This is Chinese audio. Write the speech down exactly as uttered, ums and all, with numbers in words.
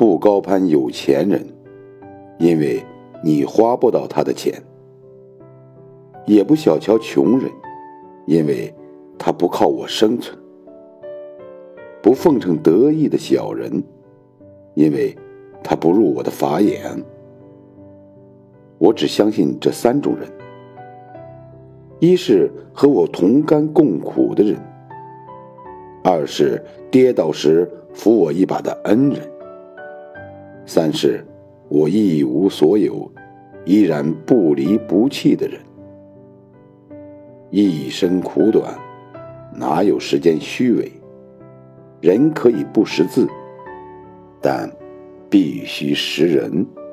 不高攀有钱人，因为你花不到他的钱；也不小瞧穷人，因为他不靠我生存；不奉承得意的小人，因为他不入我的法眼。我只相信这三种人：一是和我同甘共苦的人；二是跌倒时扶我一把的恩人；三是我一无所有，依然不离不弃的人。一生苦短，哪有时间虚伪？人可以不识字，但必须识人。